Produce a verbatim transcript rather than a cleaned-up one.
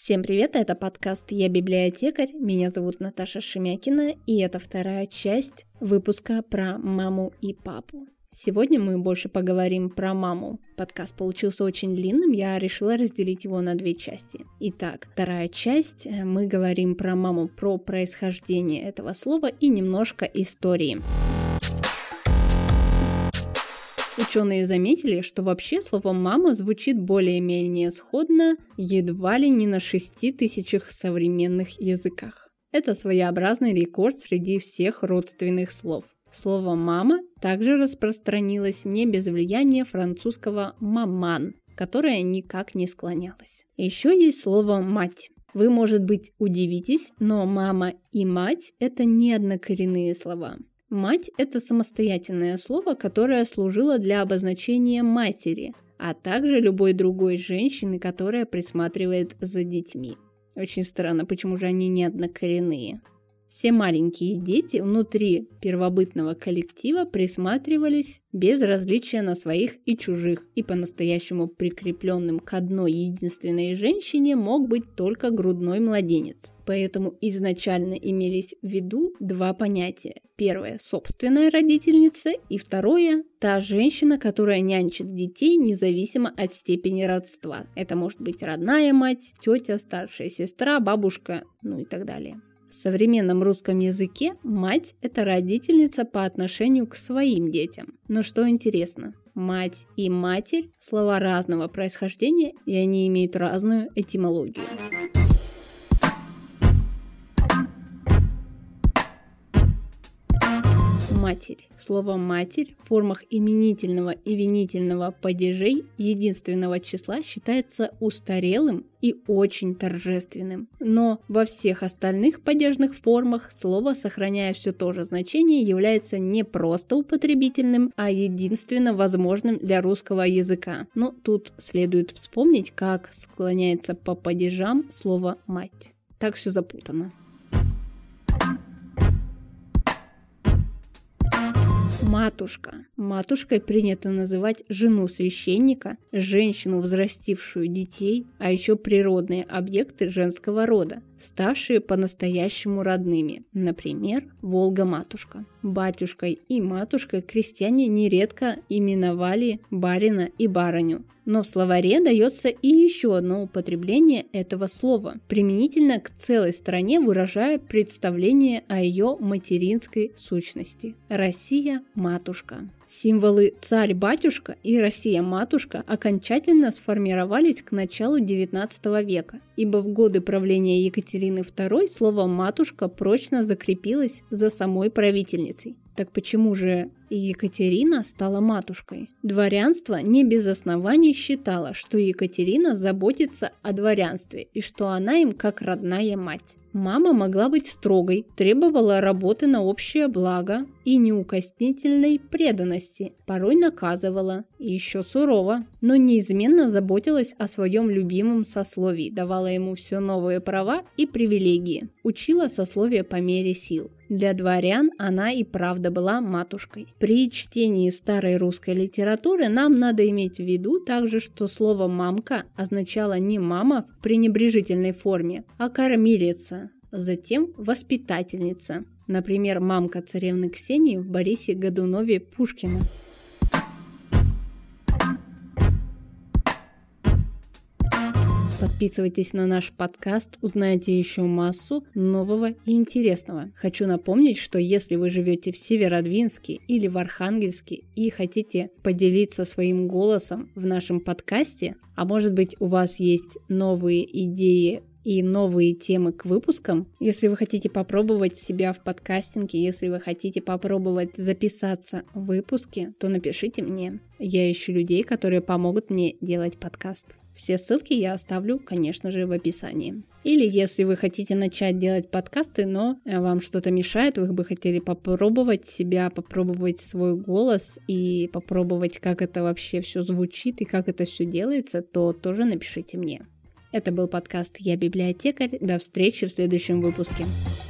Всем привет, это подкаст «Я библиотекарь», меня зовут Наташа Шемякина, и это вторая часть выпуска про маму и папу. Сегодня мы больше поговорим про маму. Подкаст получился очень длинным, я решила разделить его на две части. Итак, вторая часть, мы говорим про маму, про происхождение этого слова и немножко истории. Ученые заметили, что вообще слово «мама» звучит более-менее сходно едва ли не на шести тысячах современных языках. Это своеобразный рекорд среди всех родственных слов. Слово «мама» также распространилось не без влияния французского «маман», которое никак не склонялось. Еще есть слово «мать». Вы, может быть, удивитесь, но «мама» и «мать» – это не однокоренные слова. Мать – это самостоятельное слово, которое служило для обозначения матери, а также любой другой женщины, которая присматривает за детьми. Очень странно, почему же они не однокоренные. Все маленькие дети внутри первобытного коллектива присматривались без различия на своих и чужих, и по-настоящему прикрепленным к одной единственной женщине мог быть только грудной младенец. Поэтому изначально имелись в виду два понятия. Первое – собственная родительница, и второе – та женщина, которая нянчит детей независимо от степени родства. Это может быть родная мать, тетя, старшая сестра, бабушка, ну и так далее. В современном русском языке мать – это родительница по отношению к своим детям. Но что интересно, мать и матерь – слова разного происхождения, и они имеют разную этимологию. Матерь. Слово «матерь» в формах именительного и винительного падежей единственного числа считается устарелым и очень торжественным. Но во всех остальных падежных формах слово, сохраняя все то же значение, является не просто употребительным, а единственно возможным для русского языка. Но тут следует вспомнить, как склоняется по падежам слово «мать». Так все запутано. Матушка. Матушкой принято называть жену священника, женщину, взрастившую детей, а еще природные объекты женского рода, ставшие по-настоящему родными. Например, Волга-матушка. Батюшкой и матушкой крестьяне нередко именовали барина и барыню. Но в словаре дается и еще одно употребление этого слова, применительно к целой стране, выражая представление о ее материнской сущности. Россия – матушка. Символы «царь-батюшка» и «Россия-матушка» окончательно сформировались к началу девятнадцатого века, ибо в годы правления Екатерины второй слово «матушка» прочно закрепилось за самой правительницей. Так почему же Екатерина стала матушкой? Дворянство не без оснований считало, что Екатерина заботится о дворянстве и что она им как родная мать. Мама могла быть строгой, требовала работы на общее благо и неукоснительной преданности, порой наказывала, и еще сурово, но неизменно заботилась о своем любимом сословии, давала ему все новые права и привилегии, учила сословие по мере сил. Для дворян она и правда была матушкой. При чтении старой русской литературы нам надо иметь в виду также, что слово «мамка» означало не «мама» в пренебрежительной форме, а «кормилица», затем «воспитательница». Например, мамка царевны Ксении в Борисе Годунове Пушкина. Подписывайтесь на наш подкаст, узнаете еще массу нового и интересного. Хочу напомнить, что если вы живете в Северодвинске или в Архангельске и хотите поделиться своим голосом в нашем подкасте, а может быть у вас есть новые идеи и новые темы к выпускам, если вы хотите попробовать себя в подкастинге, если вы хотите попробовать записаться в выпуске, то напишите мне. Я ищу людей, которые помогут мне делать подкаст. Все ссылки я оставлю, конечно же, в описании. Или если вы хотите начать делать подкасты, но вам что-то мешает, вы бы хотели попробовать себя, попробовать свой голос и попробовать, как это вообще все звучит и как это все делается, то тоже напишите мне. Это был подкаст «Я библиотекарь». До встречи в следующем выпуске.